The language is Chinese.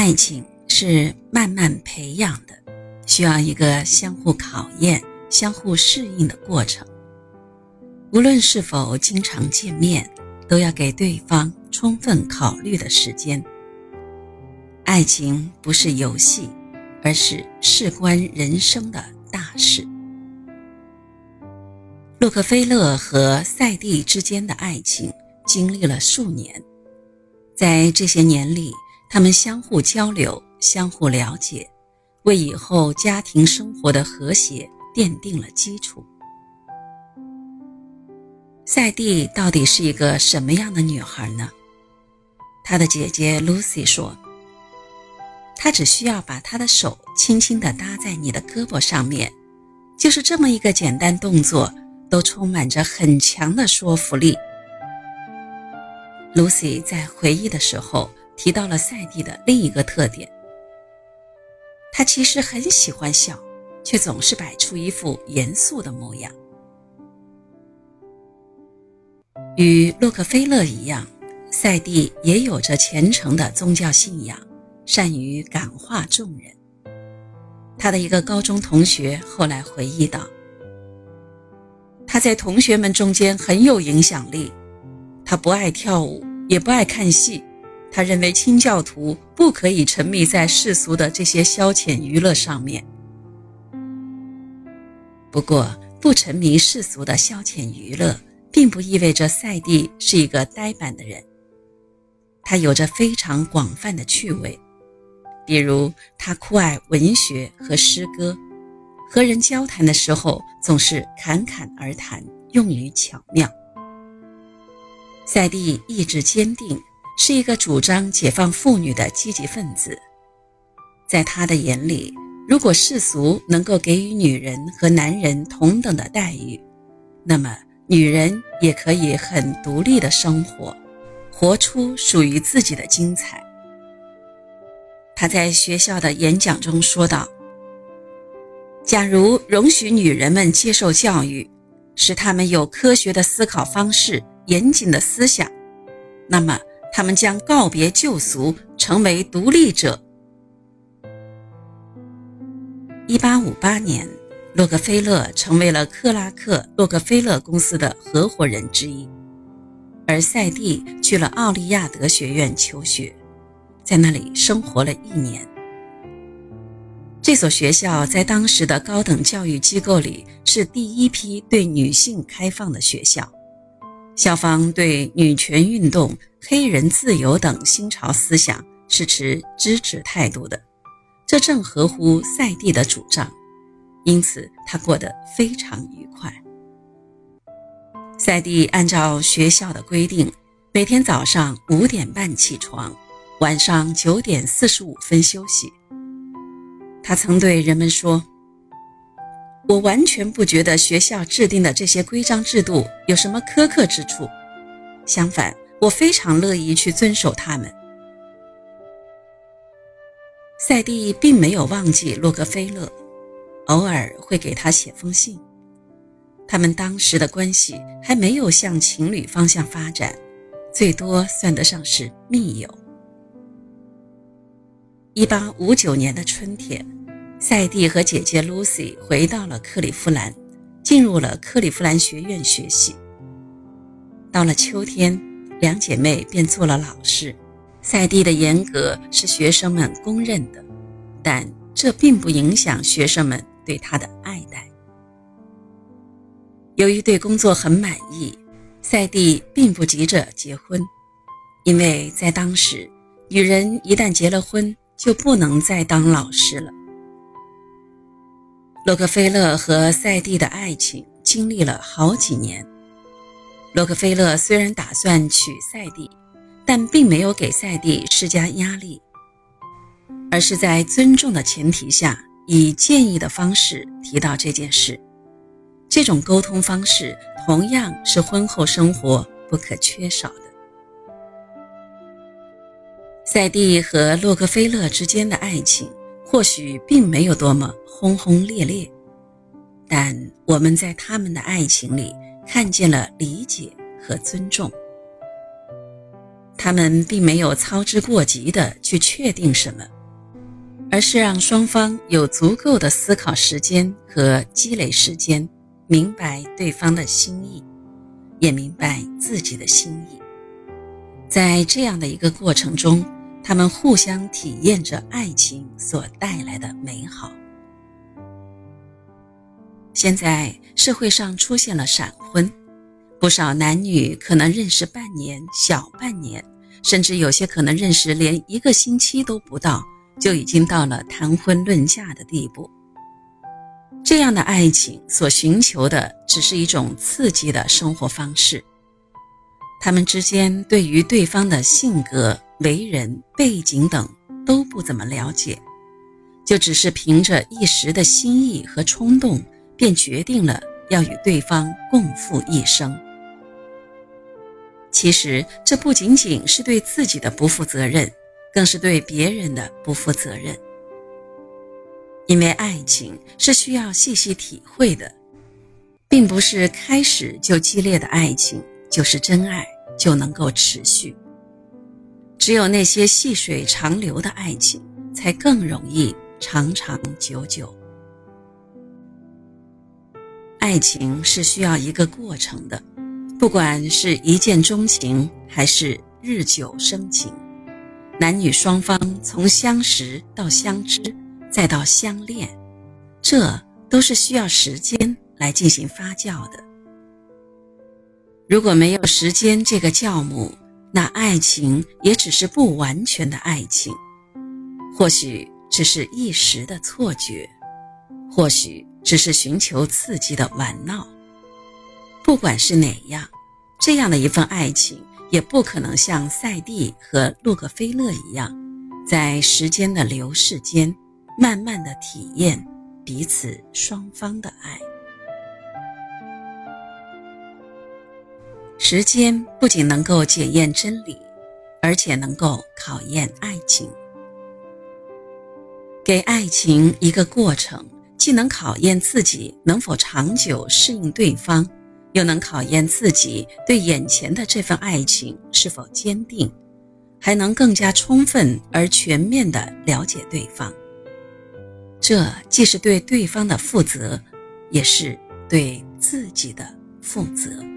爱情是慢慢培养的，需要一个相互考验、相互适应的过程。无论是否经常见面，都要给对方充分考虑的时间。爱情不是游戏，而是事关人生的大事。洛克菲勒和赛蒂之间的爱情经历了数年，在这些年里，他们相互交流，相互了解，为以后家庭生活的和谐奠定了基础。赛蒂到底是一个什么样的女孩呢？她的姐姐 Lucy 说，她只需要把她的手轻轻地搭在你的胳膊上面，就是这么一个简单动作，都充满着很强的说服力。Lucy 在回忆的时候提到了赛蒂的另一个特点，她其实很喜欢笑，却总是摆出一副严肃的模样。与洛克菲勒一样，赛蒂也有着虔诚的宗教信仰，善于感化众人。他的一个高中同学后来回忆道，他在同学们中间很有影响力，他不爱跳舞，也不爱看戏，他认为清教徒不可以沉迷在世俗的这些消遣娱乐上面。不过，不沉迷世俗的消遣娱乐，并不意味着赛蒂是一个呆板的人。他有着非常广泛的趣味，比如他酷爱文学和诗歌，和人交谈的时候总是侃侃而谈，用语巧妙。赛蒂意志坚定，是一个主张解放妇女的积极分子。在他的眼里，如果世俗能够给予女人和男人同等的待遇，那么女人也可以很独立的生活，活出属于自己的精彩。他在学校的演讲中说道，假如容许女人们接受教育，使她们有科学的思考方式、严谨的思想，那么她们将告别旧俗，成为独立者。1858年，洛克菲勒成为了克拉克洛克菲勒公司的合伙人之一，而赛蒂去了奥利亚德学院求学，在那里生活了1年。这所学校在当时的高等教育机构里是第一批对女性开放的学校，校方对女权运动、黑人自由等新潮思想是持支持态度的，这正合乎赛蒂的主张，因此他过得非常愉快。赛蒂按照学校的规定，每天早上5点半起床，晚上9点45分休息。他曾对人们说，我完全不觉得学校制定的这些规章制度有什么苛刻之处，相反，我非常乐意去遵守它们。赛蒂并没有忘记洛克菲勒，偶尔会给他写封信。他们当时的关系还没有向情侣方向发展，最多算得上是密友。1859年的春天，赛蒂和姐姐 Lucy 回到了克利夫兰，进入了克利夫兰学院学习。到了秋天，两姐妹便做了老师。赛蒂的严格是学生们公认的，但这并不影响学生们对她的爱戴。由于对工作很满意，赛蒂并不急着结婚，因为在当时，女人一旦结了婚，就不能再当老师了。洛克菲勒和赛蒂的爱情经历了好几年。洛克菲勒虽然打算娶赛蒂，但并没有给赛蒂施加压力，而是在尊重的前提下，以建议的方式提到这件事。这种沟通方式同样是婚后生活不可缺少的。赛蒂和洛克菲勒之间的爱情或许并没有多么轰轰烈烈，但我们在他们的爱情里看见了理解和尊重。他们并没有操之过急地去确定什么， 而是让双方有足够的思考时间和积累时间，明白对方的心意，也明白自己的心意。在这样的一个过程中，他们互相体验着爱情所带来的美好。现在社会上出现了闪婚，不少男女可能认识半年、小半年，甚至有些可能认识连1个星期都不到，就已经到了谈婚论嫁的地步。这样的爱情所寻求的只是一种刺激的生活方式，他们之间对于对方的性格、为人、背景等都不怎么了解，就只是凭着一时的心意和冲动，便决定了要与对方共赴一生。其实这不仅仅是对自己的不负责任，更是对别人的不负责任。因为爱情是需要细细体会的，并不是开始就激烈的爱情就是真爱，就能够持续。只有那些细水长流的爱情，才更容易长长久久。爱情是需要一个过程的，不管是一见钟情还是日久生情，男女双方从相识到相知再到相恋，这都是需要时间来进行发酵的。如果没有时间这个酵母，那爱情也只是不完全的爱情，或许只是一时的错觉，或许只是寻求刺激的玩闹。不管是哪样，这样的一份爱情也不可能像赛蒂和洛克菲勒一样，在时间的流逝间慢慢地体验彼此双方的爱。时间不仅能够检验真理，而且能够考验爱情。给爱情一个过程，既能考验自己能否长久适应对方，又能考验自己对眼前的这份爱情是否坚定，还能更加充分而全面地了解对方。这既是对对方的负责，也是对自己的负责。